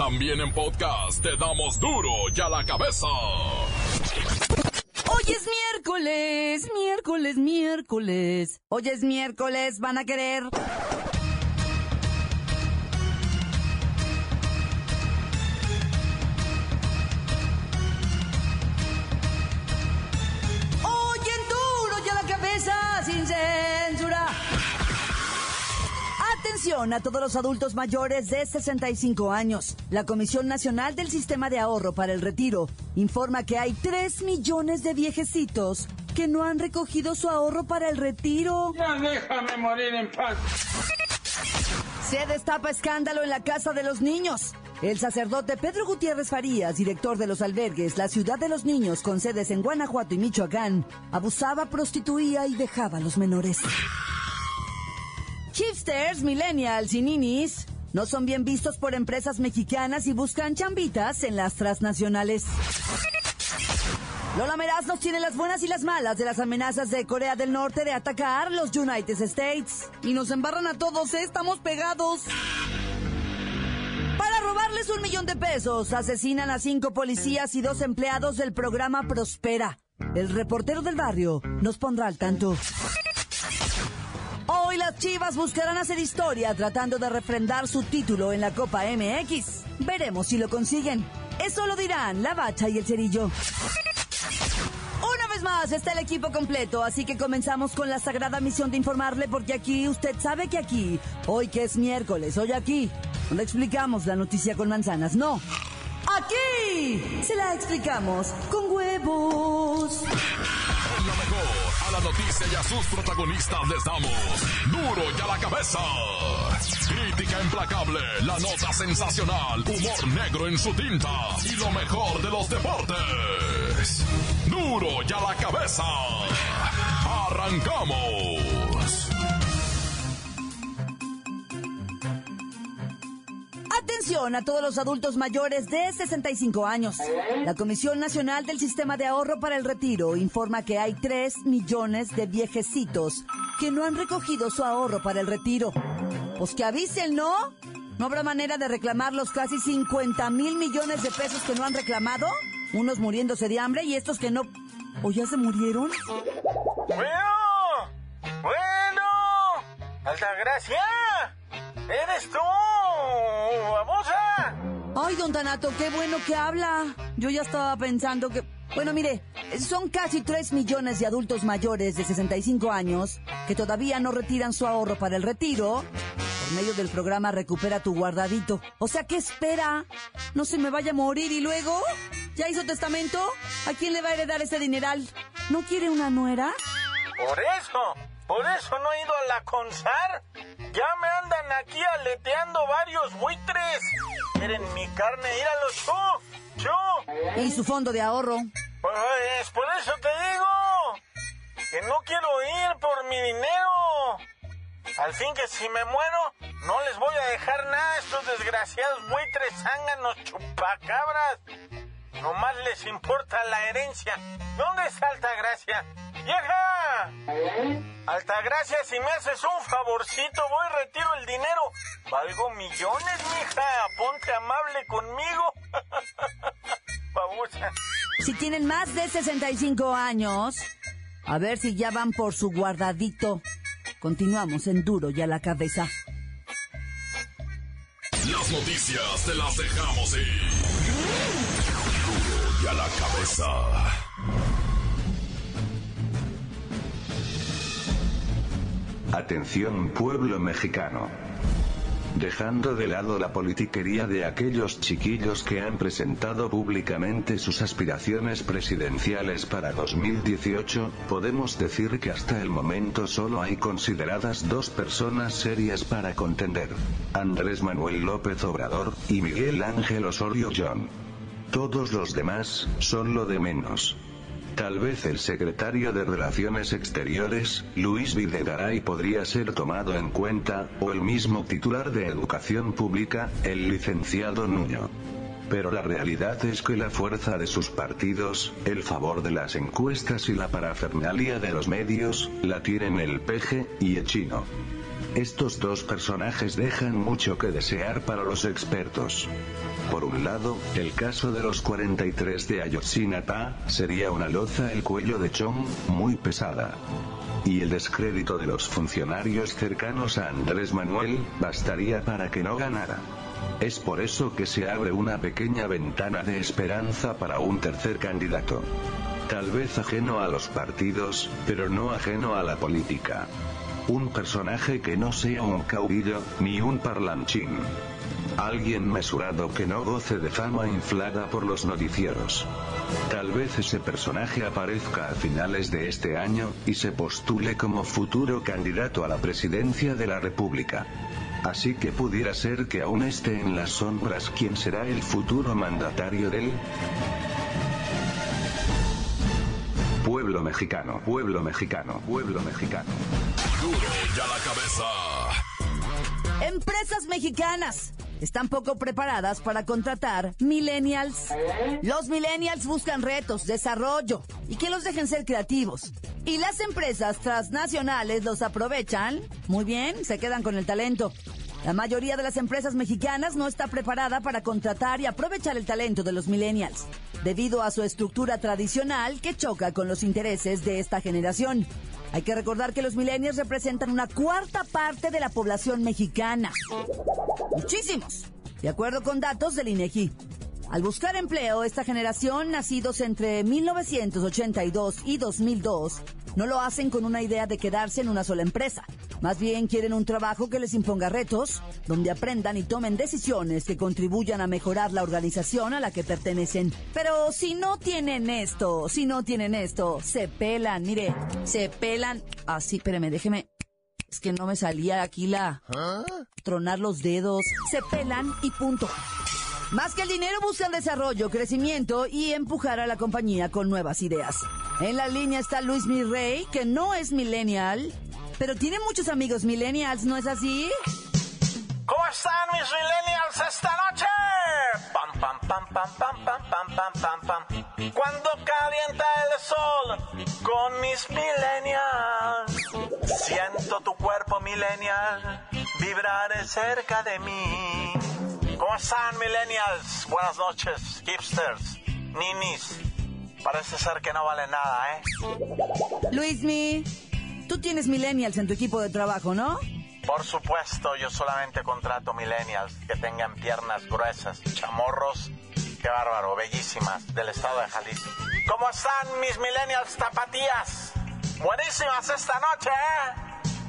También en podcast te damos duro y a la cabeza. Hoy es miércoles, miércoles. Hoy es miércoles, van a querer. Hoy en duro y a la cabeza, sin censura. Atención a todos los adultos mayores de 65 años. La Comisión Nacional del Sistema de Ahorro para el Retiro informa que hay 3 millones de viejecitos que no han recogido su ahorro para el retiro. Ya déjame morir en paz. Se destapa escándalo en la Casa de los Niños. El sacerdote Pedro Gutiérrez Farías, director de los albergues La Ciudad de los Niños, con sedes en Guanajuato y Michoacán, abusaba, prostituía y dejaba a los menores. Hipsters, millennials y ninis no son bien vistos por empresas mexicanas y buscan chambitas en las transnacionales. Lola Meraz nos tiene las buenas y las malas de las amenazas de Corea del Norte de atacar los United States. Y nos embarran a todos, estamos pegados. Para robarles $1 millón, asesinan a 5 policías y 2 empleados del programa Prospera. El reportero del barrio nos pondrá al tanto. Hoy las Chivas buscarán hacer historia tratando de refrendar su título en la Copa MX. Veremos si lo consiguen. Eso lo dirán la Bacha y el Cerillo. Una vez más está el equipo completo, así que comenzamos con la sagrada misión de informarle, porque aquí, usted sabe que aquí, hoy que es miércoles, hoy aquí, no le explicamos la noticia con manzanas, no. Aquí se la explicamos con huevos. Lo mejor, a la noticia y a sus protagonistas les damos duro y a la cabeza. Crítica implacable, la nota sensacional, humor negro en su tinta y lo mejor de los deportes. Duro y a la cabeza. ¡Arrancamos! Atención a todos los adultos mayores de 65 años. La Comisión Nacional del Sistema de Ahorro para el Retiro informa que hay 3 millones de viejecitos que no han recogido su ahorro para el retiro. Pues que avisen, ¿no? ¿No habrá manera de reclamar los casi 50,000 millones de pesos que no han reclamado? Unos muriéndose de hambre y estos que no... ¿O ya se murieron? Bueno, Altagracia, ¿eres tú, babosa? Ay, don Tanato, qué bueno que habla. Yo ya estaba pensando que... Bueno, mire, son casi 3 millones de adultos mayores de 65 años que todavía no retiran su ahorro para el retiro por medio del programa Recupera tu Guardadito. O sea, ¿qué espera? ¿No se me vaya a morir y luego? ¿Ya hizo testamento? ¿A quién le va a heredar ese dineral? ¿No quiere una nuera? Por eso no he ido a la CONSAR. Ya me andan aquí aleteando varios buitres. Quieren mi carne, íralos tú. ¿Y su fondo de ahorro? Pues por eso te digo que no quiero ir por mi dinero. Al fin que si me muero, no les voy a dejar nada a estos desgraciados buitres, zánganos, chupacabras. Nomás les importa la herencia. ¿Dónde está Altagracia? ¡Vieja! Altagracia, si me haces un favorcito, voy y retiro el dinero. Valgo millones, mija. Ponte amable conmigo. Babosa. Si tienen más de 65 años, a ver si ya van por su guardadito. Continuamos en Duro y a la Cabeza. Las noticias te las dejamos ir. Duro y a la cabeza. Atención, pueblo mexicano. Dejando de lado la politiquería de aquellos chiquillos que han presentado públicamente sus aspiraciones presidenciales para 2018, podemos decir que hasta el momento solo hay consideradas 2 personas serias para contender: Andrés Manuel López Obrador y Miguel Ángel Osorio Chong. Todos los demás son lo de menos. Tal vez el secretario de Relaciones Exteriores, Luis Videgaray, podría ser tomado en cuenta, o el mismo titular de Educación Pública, el licenciado Nuño. Pero la realidad es que la fuerza de sus partidos, el favor de las encuestas y la parafernalia de los medios, la tienen el Peje y el Chino. Estos 2 personajes dejan mucho que desear para los expertos. Por un lado, el caso de los 43 de Ayotzinapa, sería una loza el cuello de Chong, muy pesada. Y el descrédito de los funcionarios cercanos a Andrés Manuel, bastaría para que no ganara. Es por eso que se abre una pequeña ventana de esperanza para un tercer candidato. Tal vez ajeno a los partidos, pero no ajeno a la política. Un personaje que no sea un caudillo, ni un parlanchín. Alguien mesurado que no goce de fama inflada por los noticieros. Tal vez ese personaje aparezca a finales de este año, y se postule como futuro candidato a la presidencia de la República. Así que pudiera ser que aún esté en las sombras quién será el futuro mandatario del pueblo mexicano, pueblo mexicano, pueblo mexicano. Duro y a la cabeza. Empresas mexicanas están poco preparadas para contratar millennials. Los millennials buscan retos, desarrollo y que los dejen ser creativos. Y las empresas transnacionales los aprovechan. Muy bien, se quedan con el talento. La mayoría de las empresas mexicanas no está preparada para contratar y aprovechar el talento de los millennials, debido a su estructura tradicional que choca con los intereses de esta generación. Hay que recordar que los millennials representan una cuarta parte de la población mexicana. Muchísimos, de acuerdo con datos del INEGI. Al buscar empleo, esta generación, nacidos entre 1982 y 2002, no lo hacen con una idea de quedarse en una sola empresa. Más bien quieren un trabajo que les imponga retos, donde aprendan y tomen decisiones que contribuyan a mejorar la organización a la que pertenecen. Pero si no tienen esto, se pelan, mire, se pelan. Ah, sí, espérame, déjeme. Es que no me salía aquí tronar los dedos. Se pelan y punto. Más que el dinero buscan desarrollo, crecimiento y empujar a la compañía con nuevas ideas. En la línea está Luis Mirrey, que no es millennial, pero tiene muchos amigos millennials, ¿no es así? ¿Cómo están mis millennials esta noche? Pam, pam, pam, pam, pam, pam, pam, pam, pam, pam. Cuando calienta el sol con mis millennials. Siento tu cuerpo millennial vibrar cerca de mí. ¿Cómo están, millennials? Buenas noches, hipsters, ninis. Parece ser que no vale nada, ¿eh? Luismi, tú tienes millennials en tu equipo de trabajo, ¿no? Por supuesto, yo solamente contrato millennials que tengan piernas gruesas, chamorros, qué bárbaro, bellísimas, del estado de Jalisco. ¿Cómo están mis millennials tapatías? Buenísimas esta noche, ¿eh?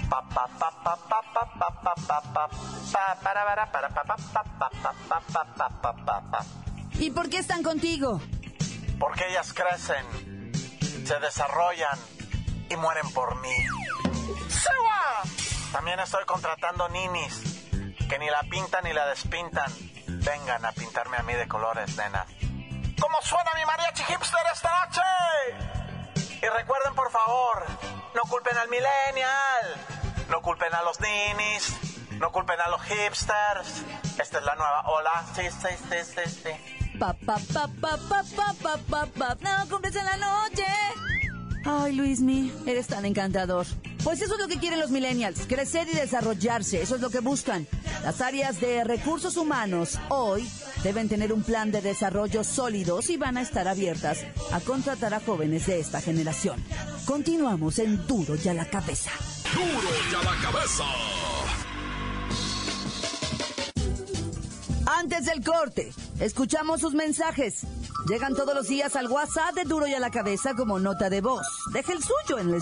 ¿Y por qué están contigo? Porque ellas crecen, se desarrollan y mueren por mí. ¡Sewa! También estoy contratando ninis que ni la pintan ni la despintan. Vengan a pintarme a mí de colores, nena. ¿Cómo suena mi mariachi hipster esta noche? Y recuerden, por favor, no culpen al millennial, no culpen a los ninis, no culpen a los hipsters. Esta es la nueva ola. Sí. No, cumples en la noche. Ay, Luismi, eres tan encantador. Pues eso es lo que quieren los millennials, crecer y desarrollarse, eso es lo que buscan. Las áreas de recursos humanos hoy deben tener un plan de desarrollo sólidos y van a estar abiertas a contratar a jóvenes de esta generación. Continuamos en Duro y a la Cabeza. Duro y a la Cabeza. Antes del corte, escuchamos sus mensajes. Llegan todos los días al WhatsApp de Duro y a la Cabeza como nota de voz. Deje el suyo en el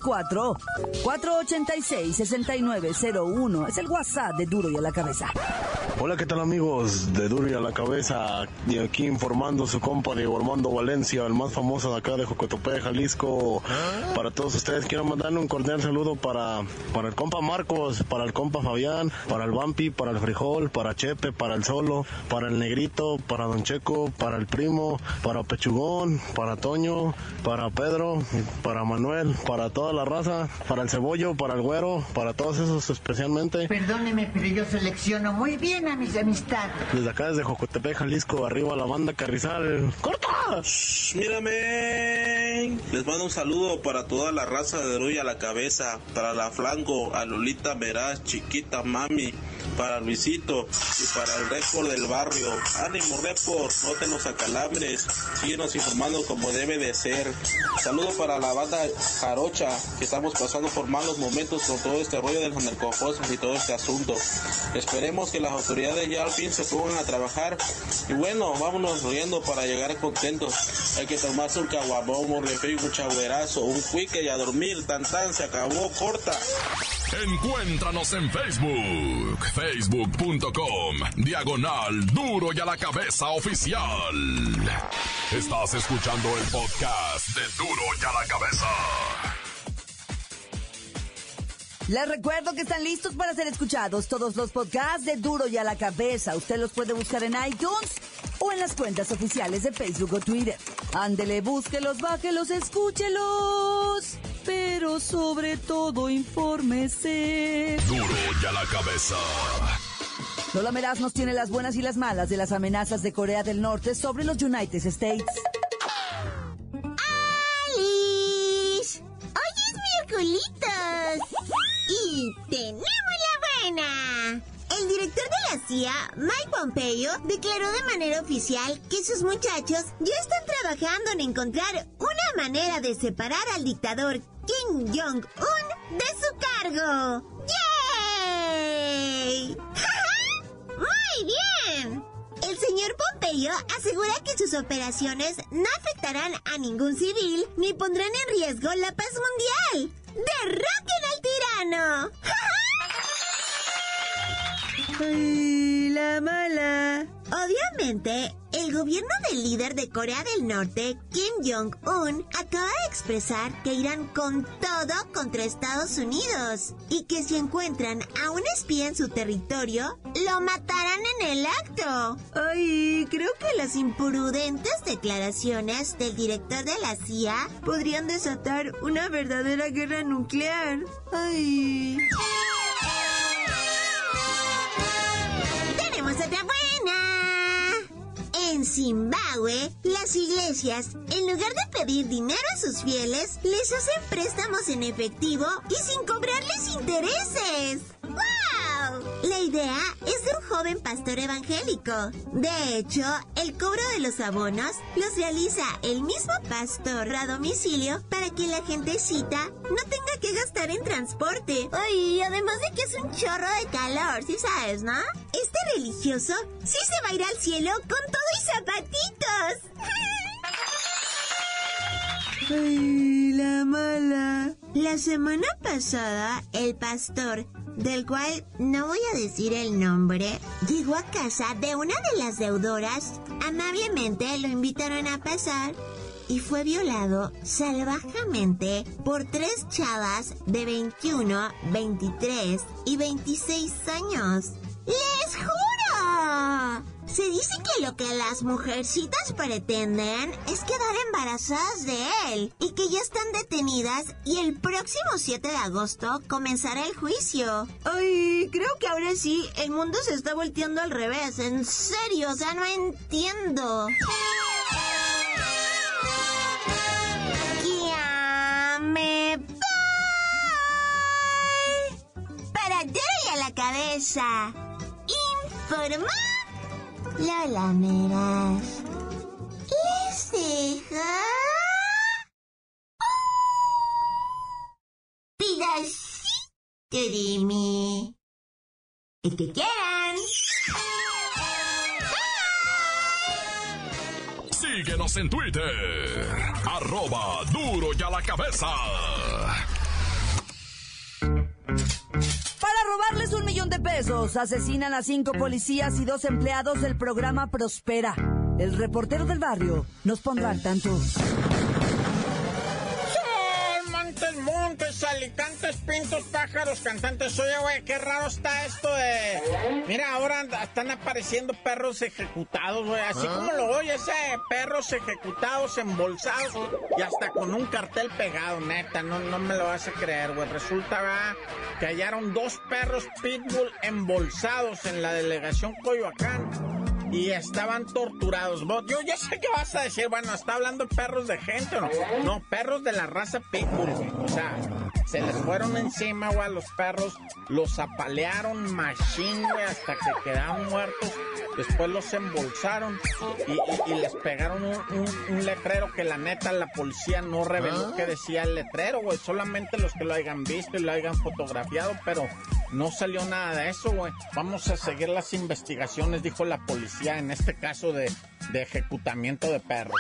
664-486-6901. Es el WhatsApp de Duro y a la Cabeza. Hola, ¿qué tal, amigos de Duro y a la Cabeza? Y aquí informando su compa Diego Armando Valencia, el más famoso de acá de Jocotopé, Jalisco. Para todos ustedes quiero mandarle un cordial saludo para el compa Marcos, para el compa Fabián, para el Vampi, para el Frijol, para Chepe, para el Solo, para el Negrito, para Don Checo, para el Primo, para Pechugón, para Toño, para Pedro, para Manuel, para toda la raza, para el Cebollo, para el Güero, para todos esos especialmente. Perdóneme, pero yo selecciono muy bien a mis amistades. Desde acá, desde Jocotepec, Jalisco, arriba la banda Carrizal. ¡Corta! Mírame. Les mando un saludo para toda la raza de Duro y a la Cabeza, para la Flanco, a Lolita Meraz, Chiquita Mami, para Luisito y para el récord del barrio. Ánimo, récord, no te nos acalambres, síguenos informando como debe de ser. Saludo para la banda Jarocha, que estamos pasando por malos momentos con todo este rollo de los narcofosas y todo este asunto. Esperemos que las autoridades ya al fin se pongan a trabajar y bueno, vámonos riendo para llegar contentos. Hay que tomarse un caguamón, un refri, un chagüerazo, un cuique y a dormir. Tan se acabó, corta. Encuéntranos en Facebook, facebook.com/Duro y a la Cabeza Oficial. Estás escuchando el podcast de Duro y a la Cabeza. Les recuerdo que están listos para ser escuchados todos los podcasts de Duro y a la Cabeza. Usted los puede buscar en iTunes o en las cuentas oficiales de Facebook o Twitter. Ándele, búsquelos, bájelos, escúchelos. Pero sobre todo, infórmese. Duro y a la Cabeza. Lola Meraz nos tiene las buenas y las malas de las amenazas de Corea del Norte sobre los United States. ¡Alice! ¡Hoy es miércolitos! ¡Y tenemos la buena! El director de la CIA, Mike Pompeo, declaró de manera oficial que sus muchachos ya están trabajando en encontrar una manera de separar al dictador Kim Jong-un de su cargo. ¡Yay! ¡Muy bien! El señor Pompeo asegura que sus operaciones no afectarán a ningún civil ni pondrán en riesgo la paz mundial. ¡Derroquen al tirano! ¡Ay, la mala! Obviamente, el gobierno del líder de Corea del Norte, Kim Jong-un, acaba de expresar que irán con todo contra Estados Unidos y que si encuentran a un espía en su territorio, lo matarán en el acto. Ay, creo que las imprudentes declaraciones del director de la CIA podrían desatar una verdadera guerra nuclear. Ay... ¡Otra buena! En Zimbabue, las iglesias, en lugar de pedir dinero a sus fieles, les hacen préstamos en efectivo y sin cobrarles intereses. ¡Wow! La idea es de un joven pastor evangélico. De hecho, el cobro de los abonos los realiza el mismo pastor a domicilio para que la gentecita no tenga que gastar en transporte. Ay, además de que es un chorro de calor, ¿sí sabes, no? Este religioso sí se va a ir al cielo con todo y zapatitos. Ay, la mala. La semana pasada, el pastor, del cual no voy a decir el nombre, llegó a casa de una de las deudoras. Amablemente lo invitaron a pasar y fue violado salvajemente por 3 chavas de 21, 23 y 26 años. ¡Les juro! Se dice que lo que las mujercitas pretenden es quedar embarazadas de él y que ya están detenidas y el próximo 7 de agosto comenzará el juicio. Ay, creo que ahora sí el mundo se está volteando al revés. En serio, o sea, no entiendo. ¡Ya me voy! Para Duro y a la Cabeza. Informó Lola Meraz. Les dejo pedacito de mí. El que quieran. Síguenos en Twitter, @Duro y a la Cabeza. Para robarles $1 millón de pesos, asesinan a 5 policías y 2 empleados del programa Prospera. El reportero del barrio nos pondrá al tanto. Montes, alicantes, pintos, pájaros, cantantes. Oye, güey, qué raro está esto de... Mira, ahora están apareciendo perros ejecutados, güey. Así como lo oyes, perros ejecutados, embolsados y hasta con un cartel pegado, neta. No me lo vas a creer, güey. Resulta, ¿verdad?, que hallaron 2 perros pitbull embolsados en la delegación Coyoacán. y estaban torturados. Yo ya sé que vas a decir, bueno, ¿está hablando de perros de gente o no? No, perros de la raza Pitbull, güey. O sea, se les fueron encima, güey, a los perros, los apalearon machín, güey, hasta que quedaron muertos. Después los embolsaron y les pegaron un letrero que la neta la policía no reveló qué decía el letrero, güey. Solamente los que lo hayan visto y lo hayan fotografiado, pero no salió nada de eso, güey. Vamos a seguir las investigaciones, dijo la policía, en este caso de ejecutamiento de perros.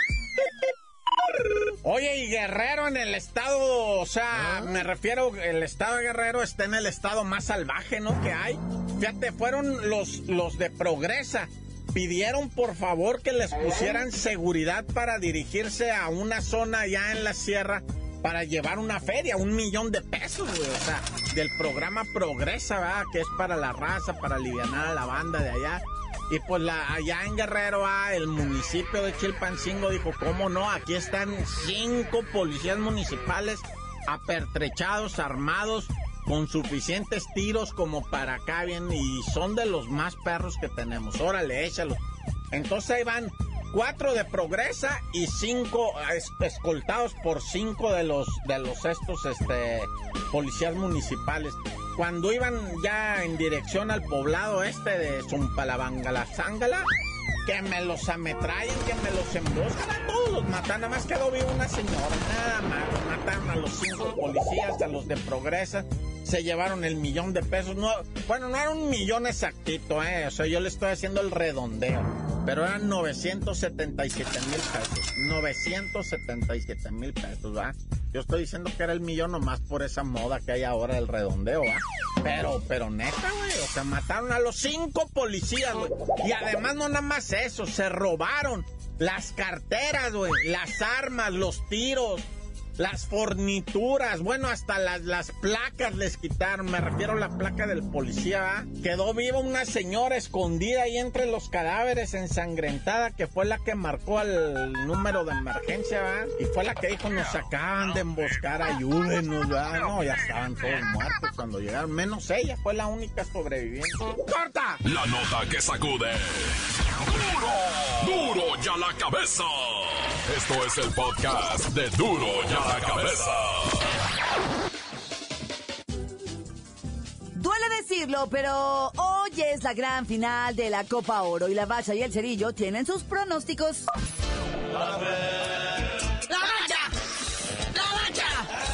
Oye, y Guerrero en el estado, o sea, me refiero, el estado de Guerrero está en el estado más salvaje, ¿no?, que hay. Fíjate, fueron los de Progresa. Pidieron, por favor, que les pusieran seguridad para dirigirse a una zona allá en la sierra para llevar una feria, $1,000,000 de pesos, güey. O sea, del programa Progresa, ¿verdad?, que es para la raza, para alivianar a la banda de allá. Y pues allá en Guerrero, el municipio de Chilpancingo dijo, ¿cómo no? Aquí están 5 policías municipales apertrechados, armados, con suficientes tiros como para acá, bien, y son de los más perros que tenemos. Órale, échalos. Entonces ahí van 4 de Progresa y 5 escoltados por 5 de los policías municipales. Cuando iban ya en dirección al poblado de Zumpalabangalázángala, que me los ametrallan, que me los emboscan, a todos los matan. Nada más quedó viva una señora, nada más. Mataron a los 5 policías, a los de Progresa. Se llevaron $1,000,000 de pesos. No, bueno, no era $1,000,000 exactito, o sea, yo le estoy haciendo el redondeo. Pero eran 977,000 pesos. 977,000 pesos, ¿va? Yo estoy diciendo que era $1,000,000 nomás por esa moda que hay ahora del redondeo, ¿va? Pero neta, güey, o sea, mataron a los 5 policías, güey. Y además no nada más eso, se robaron las carteras, güey, las armas, los tiros, las fornituras, bueno, hasta las placas les quitaron. Me refiero a la placa del policía, ¿va? Quedó viva una señora escondida ahí entre los cadáveres, ensangrentada, que fue la que marcó al número de emergencia, ¿va? Y fue la que dijo, nos acaban de emboscar, ayúdenos, ¿va? No, ya estaban todos muertos cuando llegaron, menos ella, fue la única sobreviviente. ¡Corta! La nota que sacude. ¡Duro y a la cabeza! Esto es el podcast de Duro y a la cabeza. Duele decirlo, pero hoy es la gran final de la Copa Oro y la Bacha y el Cerillo tienen sus pronósticos. ¡La Bacha! ¡La Bacha! ¡La Bacha!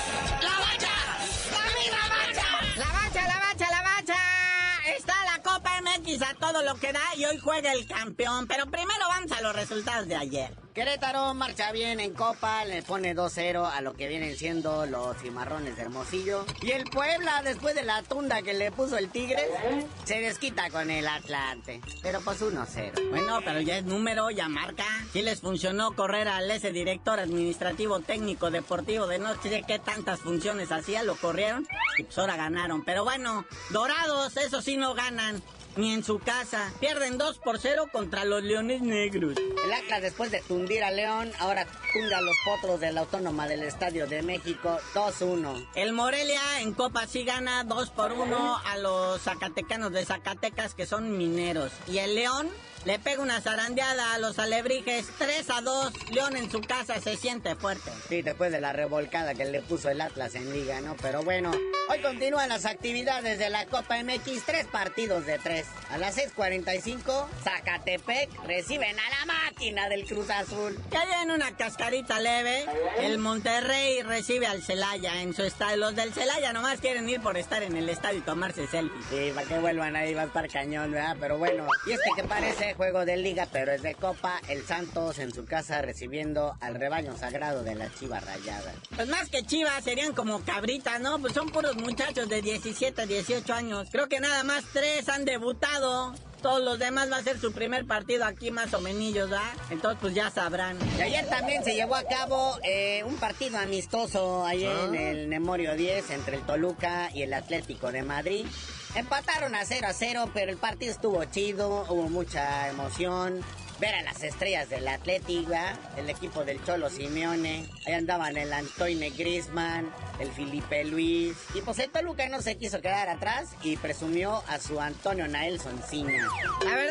¡La misma Bacha! ¡La Bacha, la Bacha, la Bacha! Está la Copa MX a todo lo que da y hoy juega el campeón. Pero primero vamos a los resultados de ayer. Querétaro marcha bien en Copa, le pone 2-0 a lo que vienen siendo los Cimarrones de Hermosillo. Y el Puebla, después de la tunda que le puso el Tigres, se desquita con el Atlante. Pero pues 1-0. Bueno, pero ya es número, ya marca. Sí les funcionó correr al ese director administrativo, técnico, deportivo, de no sé qué tantas funciones hacía, lo corrieron y pues ahora ganaron. Pero bueno, Dorados, eso sí no ganan. Ni en su casa. Pierden 2-0 contra los Leones Negros. El Atlas, después de tundir a León, ahora tunde a los Potros de la Autónoma del Estadio de México 2-1. El Morelia en Copa sí gana 2-1 a los Zacatecanos de Zacatecas, que son mineros. Y el León le pega una zarandeada a los Alebrijes 3-2. León en su casa se siente fuerte. Sí, después de la revolcada que le puso el Atlas en Liga, ¿no? Pero bueno, hoy continúan las actividades de la Copa MX, 3 partidos de 3. A las 6:45, Zacatepec reciben a la máquina del Cruz Azul. Que hay en una cascarita leve. El Monterrey recibe al Celaya en su estadio. Los del Celaya nomás quieren ir por estar en el estadio y tomarse selfies. Sí, para que vuelvan ahí, va a estar cañón, ¿verdad? Pero bueno, y este que parece juego de Liga, pero es de Copa, el Santos en su casa recibiendo al rebaño sagrado de las Chivas Rayadas. Pues más que Chivas, serían como cabritas, ¿no? Pues son puros muchachos de 17, 18 años. Creo que nada más 3 han debutado. Todos los demás va a ser su primer partido aquí más o menos, ¿verdad? Entonces pues ya sabrán. Y ayer también se llevó a cabo un partido amistoso ayer en el Memorio 10 entre el Toluca y el Atlético de Madrid. Empataron a 0-0, pero el partido estuvo chido, hubo mucha emoción. Ver a las estrellas del Atlético, el equipo del Cholo Simeone. Ahí andaban el Antoine Griezmann, el Felipe Luis. Y pues el Toluca no se quiso quedar atrás y presumió a su Antonio Naelson Ciña. La verdad, ahí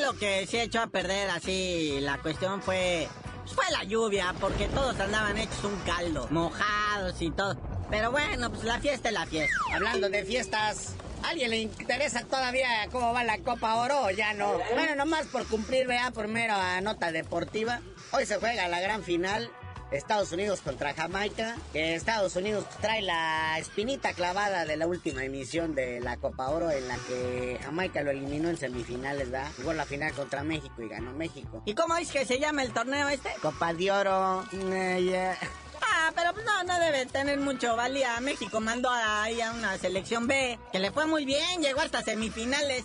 lo que sí echó a perder así la cuestión fue la lluvia, porque todos andaban hechos un caldo, mojados y todo. Pero bueno, pues la fiesta es la fiesta. Hablando de fiestas, ¿a alguien le interesa todavía cómo va la Copa Oro o ya no? Bueno, nomás por cumplir, vea, por mera nota deportiva. Hoy se juega la gran final, Estados Unidos contra Jamaica, que Estados Unidos trae la espinita clavada de la última emisión de la Copa Oro, en la que Jamaica lo eliminó en semifinales, ¿verdad? Jugó la final contra México y ganó México. ¿Y cómo es que se llama el torneo este? Copa de Oro. Pero pues no debe tener mucho valía. México mandó ahí a una selección B, que le fue muy bien, llegó hasta semifinales.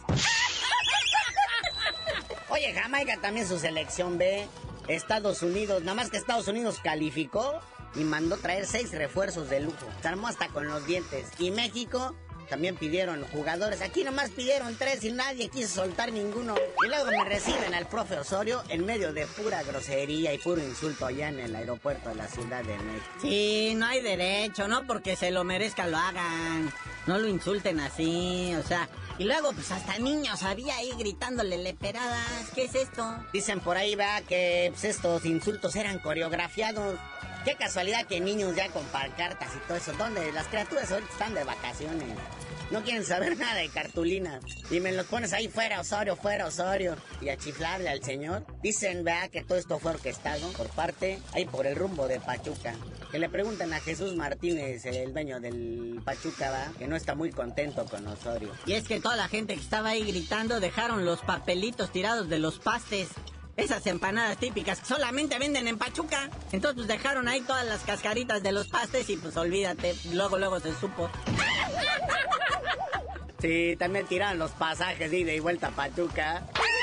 Oye, Jamaica también su selección B. Estados Unidos, nada más que Estados Unidos calificó y mandó traer 6 refuerzos de lujo. Se armó hasta con los dientes. Y México también pidieron jugadores. Aquí nomás pidieron 3 y nadie quiso soltar ninguno. Y luego me reciben al profe Osorio en medio de pura grosería y puro insulto allá en el aeropuerto de la Ciudad de México. Sí, no hay derecho, no porque se lo merezca lo hagan. No lo insulten así, o sea... Y luego, pues hasta niños había ahí gritándole leperadas. ¿Qué es esto? Dicen por ahí, va, que pues, estos insultos eran coreografiados. Qué casualidad que niños ya con pancartas y todo eso. ¿Dónde? Las criaturas ahorita están de vacaciones. No quieren saber nada de cartulina. Y me los pones ahí, fuera Osorio. Y a chiflarle al señor. Dicen, vea, que todo esto fue orquestado por parte, ahí por el rumbo de Pachuca. Que le preguntan a Jesús Martínez, el dueño del Pachuca, va, que no está muy contento con Osorio. Y es que toda la gente que estaba ahí gritando dejaron los papelitos tirados de los pastes. Esas empanadas típicas que solamente venden en Pachuca. Entonces pues dejaron ahí todas las cascaritas de los pastes y pues olvídate, luego se supo. Sí, también tiraron los pasajes de ida y vuelta a Pachuca.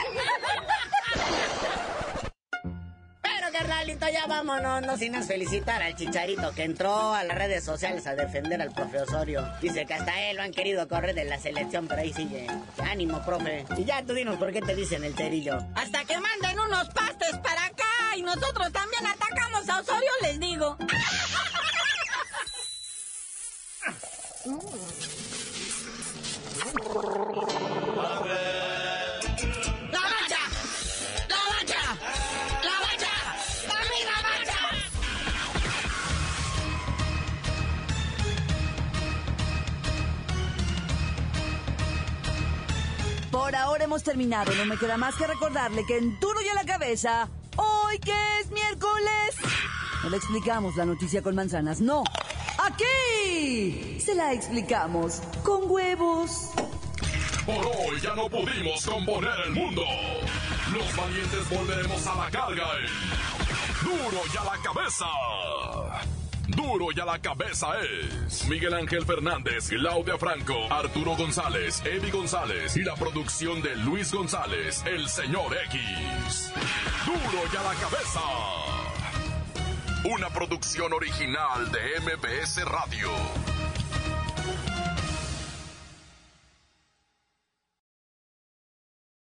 Pero carnalito, ya vámonos, no sin felicitar al Chicharito que entró a las redes sociales a defender al profe Osorio. Dice que hasta él lo han querido correr de la selección, pero ahí sigue. Ánimo, profe. Y ya tú dinos por qué te dicen el Cerillo. Hasta que manden unos pastes para acá y nosotros también atacamos a Osorio, les digo. Por ahora hemos terminado. No me queda más que recordarle que en Duro y a la Cabeza, hoy que es miércoles, no le explicamos la noticia con manzanas, no. Aquí se la explicamos con huevos. Por hoy ya no pudimos componer el mundo. Los valientes volveremos a la carga en Duro y a la Cabeza. Duro y a la Cabeza es Miguel Ángel Fernández, Claudia Franco, Arturo González, Eddie González y la producción de Luis González, el señor X. Duro y a la Cabeza. Una producción original de MBS Radio.